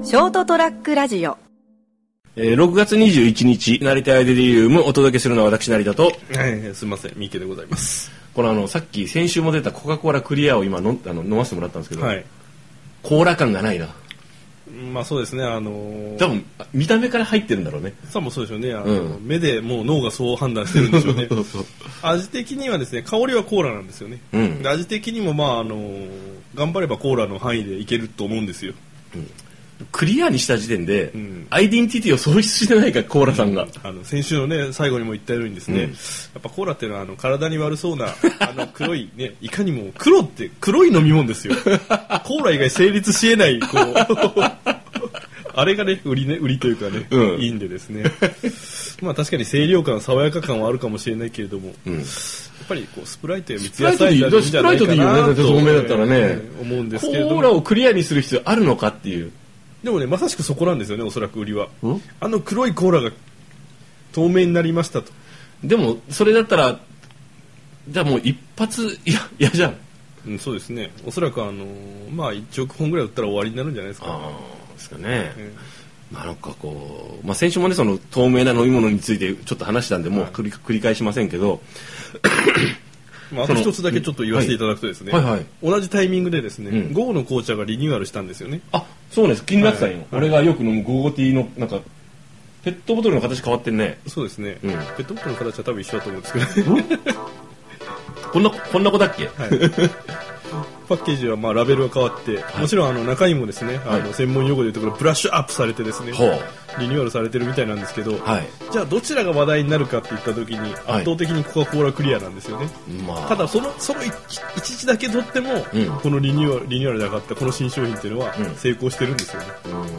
ショートトラックラジオ、 6月21日成田屋デリリウムお届けするのは私成田と、 すみません、三池でございます。 このさっき先週も出たコカ・コーラクリアを今飲ませてもらったんですけど、 はい、 コーラ感がないな。 まあそうですね、 多分見た目から入ってるんだろうね。 さあもそうでしょうね、目でもう脳がそう判断してるんでしょうね。味的にはですね、香りはコーラなんですよね、で味的にもまあ頑張ればコーラの範囲でいけると思うんですよ、 クリアにした時点で、アイデンティティを喪失してないか、コーラさんが。 先週のね最後にも言ったようにですね、やっぱコーラっていうのは体に悪そうな黒いね、いかにも黒って黒い飲み物ですよ。コーラ以外成立し得ないこうあれがね売りというかね、いいんでですね。まあ確かに清涼感爽やか感はあるかもしれないけれども、やっぱりこうスプライトや三ツ矢サイダーでいいんじゃないかなと透明だったらね、 思うんですけれども、 コーラをクリアにする必要あるのかっていう。 でもね、まさしくそこなんですよね、おそらく売りは。黒いコーラが透明になりましたと。 でもそれだったらじゃあもう一発嫌じゃん。 そうですね、おそらくまあ1億本ぐらい売ったら終わりになるんじゃないですか。 ですかね。なんかこう、先週もねその透明な飲み物についてちょっと話したんでもう繰り返しませんけど、 あと一つだけちょっと言わせていただくとですね、同じタイミングでですね、午後の紅茶がリニューアルしたんですよね。 あ、そうです、気になってたよ、俺がよく飲む午後ティーのなんかペットボトルの形変わってんね。 そうですね、ペットボトルの形は多分一緒だと思うんですけどね。 こんな子だっけ。 パッケージはまあラベルは変わって、もちろん中身もですね、専門用語で言うところブラッシュアップされてですね、リニューアルされてるみたいなんですけど、じゃあどちらが話題になるかっていった時に圧倒的にコカ・コーラクリアなんですよね。ただその一時だけとっても、このリニューアルで上がったこの新商品っていうのは成功してるんですよね。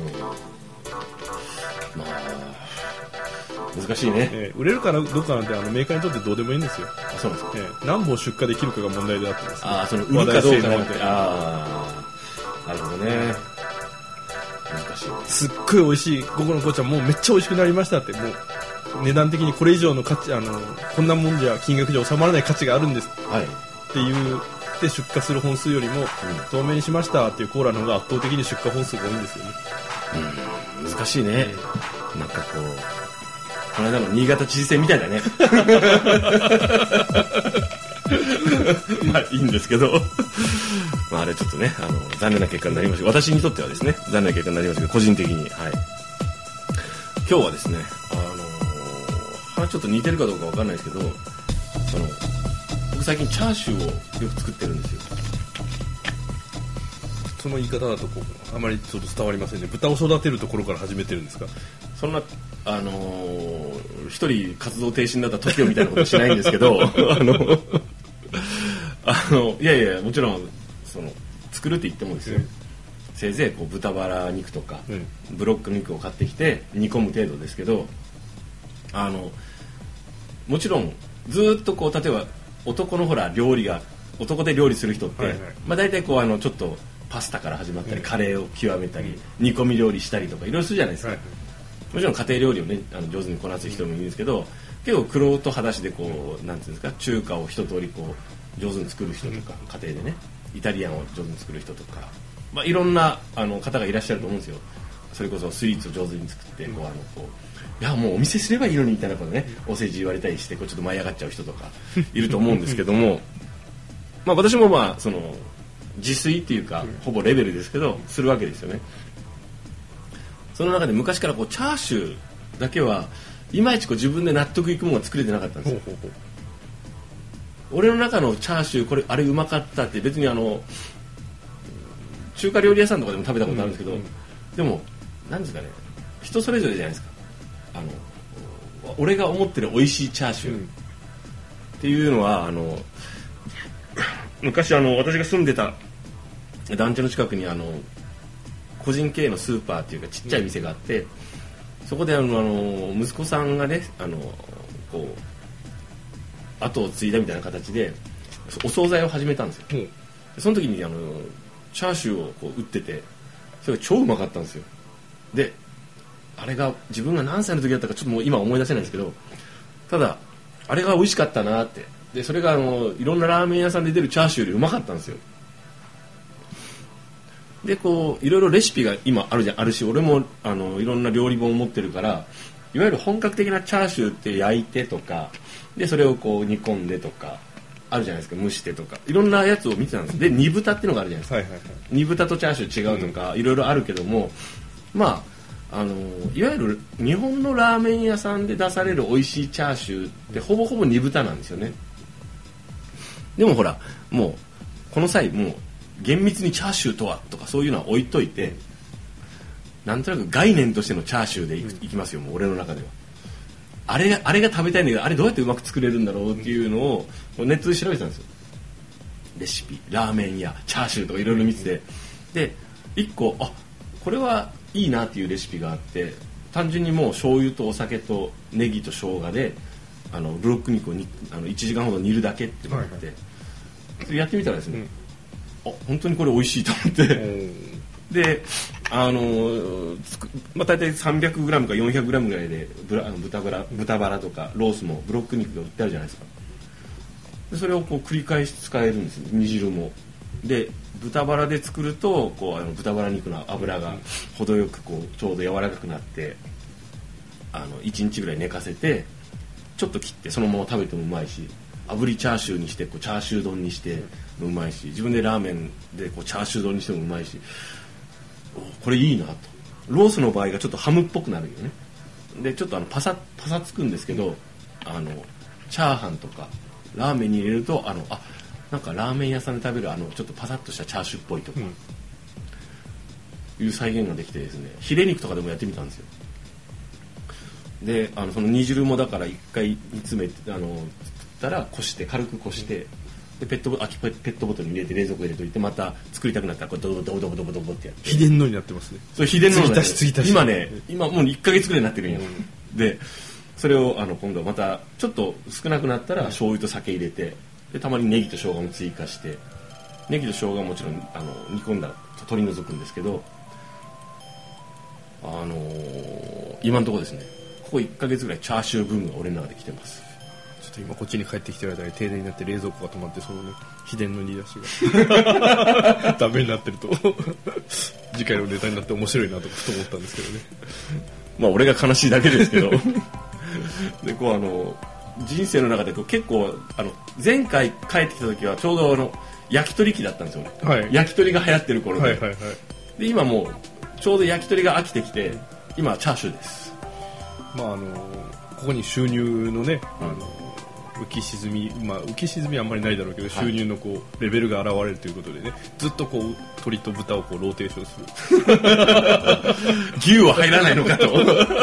難しいね、 売れるかどうかなんてメーカーにとってどうでもいいんですよ。 そうなんですか。 何本出荷できるかが問題であってですね。 その売るかどうかなんて。なるほどね。難しい。 すっごい美味しい午後の紅茶もうめっちゃ美味しくなりましたって、もう値段的にこれ以上の価値こんなもんじゃ金額じゃ収まらない価値があるんですっていうで出荷する本数よりも透明にしましたっていうコーラの方が圧倒的に出荷本数が多いんですよね。 難しいね。なんかこうこの間の新潟知事選みたいだね。まあいいんですけど、あれちょっとね残念な結果になりました。私にとってはですね残念な結果になりましたけど、個人的に今日はですねちょっと似てるかどうかわかんないですけど、僕最近チャーシューをよく作ってるんですよ。 その言い方だとあまりちょっと伝わりませんね。豚を育てるところから始めてるんですか。 そんな一人活動停止になった時をみたいなことしないんですけどいやもちろん作るって言ってもですよ、せいぜい豚バラ肉とか、ブロック肉を買ってきて煮込む程度ですけど、もちろんずっと例えば男の男で料理する人って、大体ちょっとパスタから始まったり、カレーを極めたり、煮込み料理したりとかいろいろするじゃないですか。もちろん家庭料理をね上手にこなす人もいるんですけど、結構玄人裸足でなんていうんですか、中華を一通り上手に作る人とか、家庭でねイタリアンを上手に作る人とか、いろんな方がいらっしゃると思うんですよ。それこそスイーツを上手に作っていやもうお店すればいいのにみたいなことね、お世辞言われたりしてちょっと舞い上がっちゃう人とかいると思うんですけども私も自炊っていうかほぼレベルですけどするわけですよね。その中で昔からチャーシューだけはいまいち自分で納得いくものが作れてなかったんですよ。俺の中のチャーシューあれうまかったって別に中華料理屋さんとかでも食べたことあるんですけど、でも何ですかね、人それぞれじゃないですか。俺が思ってる美味しいチャーシューっていうのは昔私が住んでた団地の近くに個人経営のスーパーっていうかちっちゃい店があって、そこで息子さんがね後を継いだみたいな形でお惣菜を始めたんですよ。その時にチャーシューを売ってて、それが超うまかったんですよ。であれが自分が何歳の時だったかちょっともう今思い出せないんですけど、ただあれが美味しかったなって。でそれがいろんなラーメン屋さんで出るチャーシューよりうまかったんですよ。 でこういろいろレシピが今あるし、俺もいろんな料理本を持ってるから、いわゆる本格的なチャーシューって焼いてとかで、それをこう煮込んでとかあるじゃないですか、蒸してとかいろんなやつを見てたんです。で煮豚っていうのがあるじゃないですか、 はいはいはい、 煮豚とチャーシュー違うとか、いろいろあるけども、まあいわゆる日本のラーメン屋さんで出される美味しいチャーシューってほぼほぼ煮豚なんですよね。でもほらもうこの際もう厳密にチャーシューとはとかそういうのは置いといて、なんとなく概念としてのチャーシューでいきますよ、もう俺の中では。あれが食べたいんだけど、あれどうやってうまく作れるんだろうっていうのをネットで調べてたんですよ。レシピ、ラーメンやチャーシューとかいろいろ見てて、で1個これはいいなっていうレシピがあって、単純にもう醤油とお酒とネギと生姜でブロック肉を1時間ほど煮るだけってのがあって、はいはい、やってみたらですね、本当にこれ美味しいと思ってで大体 300g か 400g ぐらいで豚バラとかロースもブロック肉が売ってあるじゃないですか。でそれをこう繰り返し使えるんですよ、煮汁も。で豚バラで作るとこう豚バラ肉の脂が程よくこうちょうど柔らかくなって1日ぐらい寝かせてちょっと切ってそのまま食べてもうまいし、炙りチャーシューにしてこうチャーシュー丼にしてもうまいし、自分でラーメンでこうチャーシュー丼にしてもうまいし、これいいなと。ロースの場合がちょっとハムっぽくなるよね。でちょっとパサつくんですけど、チャーハンとかラーメンに入れるとなんかラーメン屋さんで食べるちょっとパサッとしたチャーシューっぽいとか、いう再現ができてですね、ヒレ肉とかでもやってみたんですよ。でその煮汁もだから一回煮詰めて作ったら軽くこして、でペットボトルに入れて冷蔵庫入れといて、また作りたくなったらこうドボドボドボドボドボってやって秘伝のになってますね。 そう秘伝のになって今もう1ヶ月ぐらいになってるんよ、でそれを今度またちょっと少なくなったら醤油と酒入れて、でたまにネギと生姜も追加して、ネギと生姜はもちろん煮込んだら取り除くんですけど、今のところですね、ここ1ヶ月ぐらいチャーシューブームが俺の中で来てます。 ちょっと今こっちに帰ってきてる間に停電になって冷蔵庫が止まって、そのね秘伝の煮出しがダメになってると次回のネタになって面白いなと思ったんですけどね。 まあ俺が悲しいだけですけどでこう人生の中でこう結構前回帰ってきた時はちょうど焼き鳥期だったんですよね、はい、焼き鳥が流行ってる頃で、はいはいはい、で今もうちょうど焼き鳥が飽きてきて、今はチャーシューです。まあここに収入のね、浮き沈み、浮き沈みはあんまりないだろうけど、収入のこうレベルが現れるということでね、ずっとこう鶏と豚をこうローテーションする牛は入らないのかと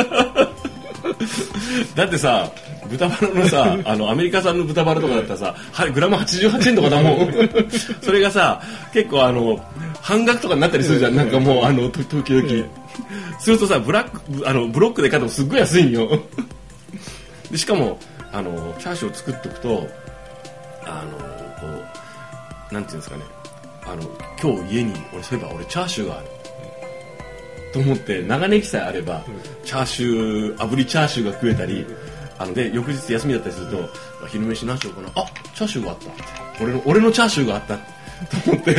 だってさ、豚バラのさアメリカ産の豚バラとかだったらさ、グラム88円とかだもんそれがさ結構半額とかになったりするじゃん、なんかもう時々するとさブロックで買ってもすっごい安いんよでしかもチャーシューを作っておくとこうなんていうんですかね、今日家にそういえば俺チャーシューがあると思って長ネギさえあれば、チャーシュー炙りチャーシューが食えたり、で翌日休みだったりすると、昼飯何しようかな、チャーシューがあった、俺のチャーシューがあったと思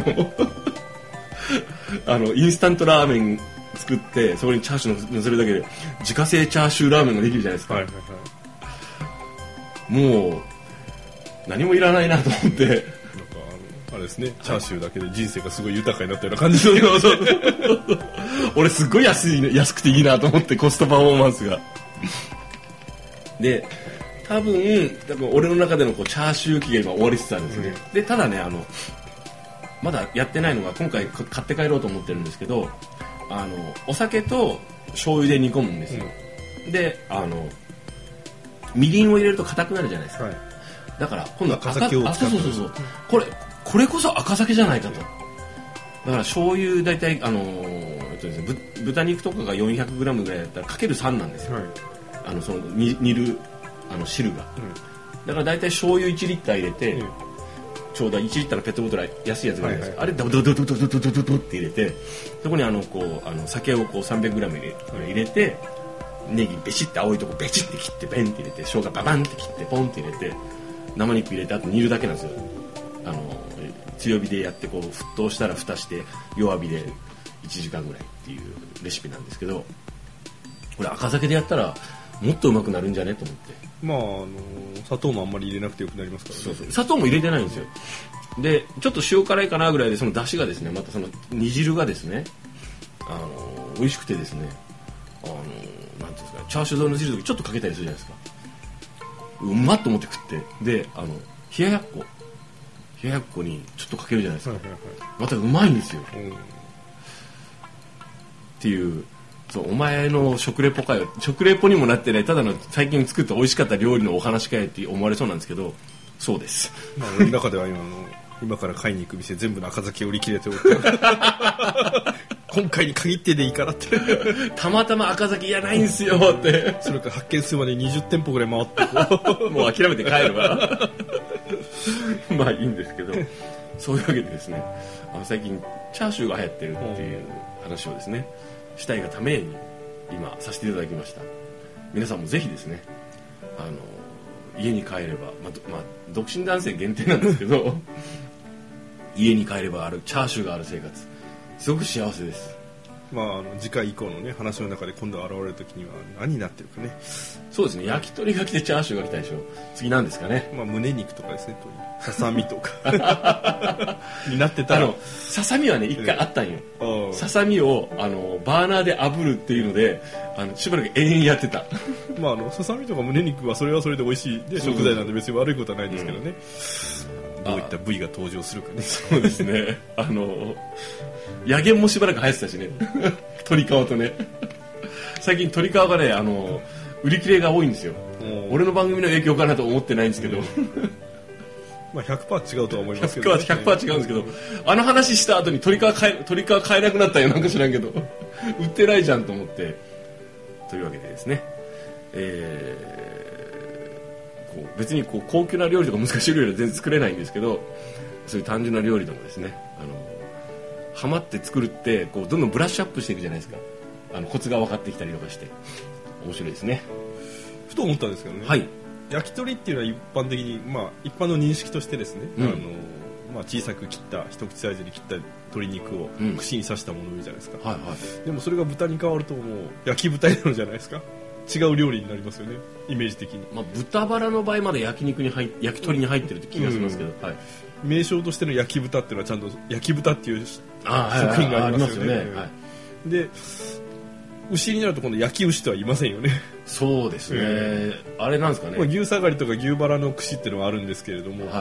ってインスタントラーメン作ってそこにチャーシュー乗せるだけで自家製チャーシューラーメンができるじゃないですか、はいはいはい、もう何もいらないなと思って、なんかあれですね、チャーシューだけで人生がすごい豊かになったような感じの俺すっごい安くていいなと思って、コストパフォーマンスがで多分俺の中でのこうチャーシュー期が今終わりつつあるんですね、でただねまだやってないのが今回買って帰ろうと思ってるんですけど、お酒と醤油で煮込むんですよ、でみりんを入れると硬くなるじゃないですか、はい、だから今度は赤酒を使ってそうこれこそ赤酒じゃないかと。だから醤油大体豚肉とかが 400g ぐらいだったらかける3なんですよ、はい、その煮る汁が、だから大体醤油1リッター入れて、ちょうど1リッターのペットボトル安いやつがあるんですけど、あれドドドドドドドドドって入れて、そこに酒をこう 300g 入れて、ネギベシって青いとこベチって切ってベンって入れて、生姜ババンって切ってポンって入れて、生肉入れて、あと煮るだけなんですよ。 強火でやってこう沸騰したら蓋して弱火で1時間ぐらいっていうレシピなんですけど、これ赤酒でやったらもっとうまくなるんじゃねと思って。 まあ砂糖もあんまり入れなくてよくなりますからね。 そうそう、砂糖も入れてないんですよ。でちょっと塩辛いかなぐらいで、その出汁がですね、またその煮汁がですね、美味しくてですね、なんていうんですか、チャーシュー丼の汁とかちょっとかけたりするじゃないですか。うまっと思って食って、で冷ややっこにちょっとかけるじゃないですか、またうまいんですよ、っていう、そうお前の食レポかよ、食レポにもなってない、ただの最近作った美味しかった料理のお話かよって思われそうなんですけど、そうです。 まあ、俺の中では今から買いに行く店全部の赤酒売り切れておって今回に限ってでいいからってたまたま赤酒いやないんすよってそれから発見するまで20店舗ぐらい回ってもう諦めて帰るわまあいいんですけど、そういうわけでですね、最近チャーシューが流行ってるっていう話をですねしたいがために今させていただきました。皆さんもぜひですね、家に帰れば、独身男性限定なんですけど家に帰ればチャーシューがある生活、すごく幸せです。 まあ、次回以降のね話の中で今度現れる時には何になってるかね。 そうですね、焼き鳥が来てチャーシューが来たでしょ。次なんですかね。 まあ、胸肉とかですね、ささみとかになってたら、 ささみはね一回あったんよ、ささみをバーナーで炙るっていうのでしばらく延々やってたまあささみとか胸肉はそれはそれで美味しいで食材なんで別に悪いことはないですけどね、どういった部位が登場するかね。 そうですね、野源もしばらく流行ってたしね鶏皮とね最近鶏皮がね売り切れが多いんですよ。俺の番組の影響かなと思ってないんですけどまあ 100% 違うとは思いますけど、 ね、100% 違うんですけど、話した後に鶏皮買えなくなったよ、なんか知らんけど売ってないじゃんと思って。というわけでですね、別に高級な料理とか難しい料理は全然作れないんですけど、そういう単純な料理でもですね、ハマって作るってどんどんブラッシュアップしていくじゃないですか。コツが分かってきたりとかして面白いですね。 ふと思ったんですけどね、はい、焼き鳥っていうのは一般的に、一般の認識としてですね、小さく切った一口サイズに切った鶏肉を串に刺したものじゃないですか、でもそれが豚に変わるともう焼き豚になるじゃないですか。違う料理になりますよね、イメージ的に。 豚バラの場合まで焼き鳥に入ってるって気がしますけど、 名称としての焼き豚っていうのはちゃんと焼き豚っていう食品がありますよね。で牛になると今度焼き牛とは言いませんよね。 そうですね、あれなんですかね、 牛下がりとか牛バラの串っていうのはあるんですけれども、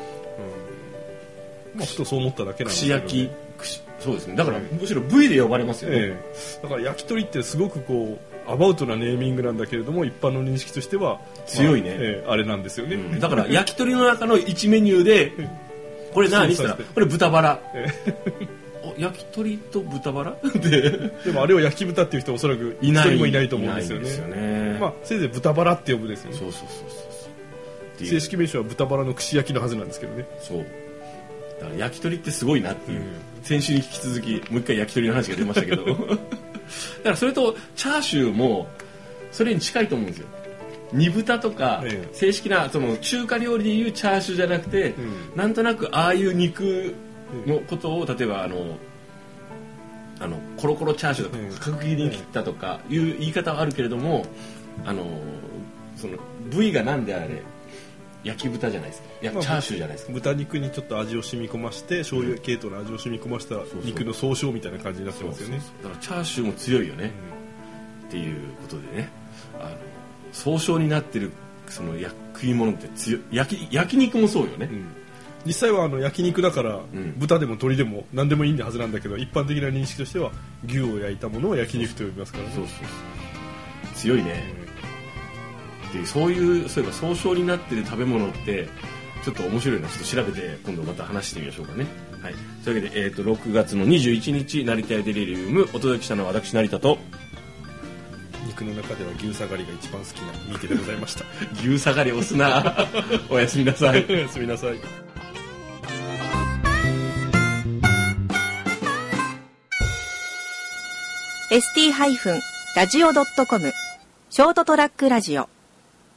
ふとそう思っただけなんですけど、ね、 串焼きそうですね、だからむしろ部位で呼ばれますよね、 だから焼き鳥ってすごくアバウトなネーミングなんだけれども、一般の認識としては強いね、 あれなんですよね、 だから焼き鳥の中の1メニューでこれ何したらこれ豚バラ、焼き鳥と豚バラでもあれを焼き豚っていう人はおそらく一人もいないと思うんですよね。せいぜい豚バラって呼ぶですよね。そう正式名称は豚バラの串焼きのはずなんですけどね。そうだから焼き鳥ってすごいなっていう、先週に引き続きもう一回焼き鳥の話が出ましたけどだからそれとチャーシューもそれに近いと思うんですよ。煮豚とか、正式なその中華料理でいうチャーシューじゃなくて、なんとなくああいう肉のことを例えばコロコロチャーシューとか角切りに切ったとかいう言い方はあるけれども、その部位がなんであれ焼き豚じゃないですか、チャーシューじゃないですか。 豚肉にちょっと味を染み込まして醤油系統の味を染み込ました肉の総称みたいな感じになってますよね。 だからチャーシューも強いよね、っていうことでね、総称になってるその食い物って強い。焼肉もそうよね、 実際は焼肉だから、豚でも鶏でも何でもいいはずなんだけど、一般的な認識としては牛を焼いたものを焼肉と呼びますからね。 強いね、でそういえば総称になってる食べ物ってちょっと面白いので、ちょっと調べて今度また話してみましょうかね。はい、というわけで、6月の21日成田屋デリリウムお届けしたのは私成田と、 肉の中では牛下がりが一番好きな三池でございました牛下がり押すなおやすみなさいおやすみなさい。 ST-radio.com ショートトラックラジオ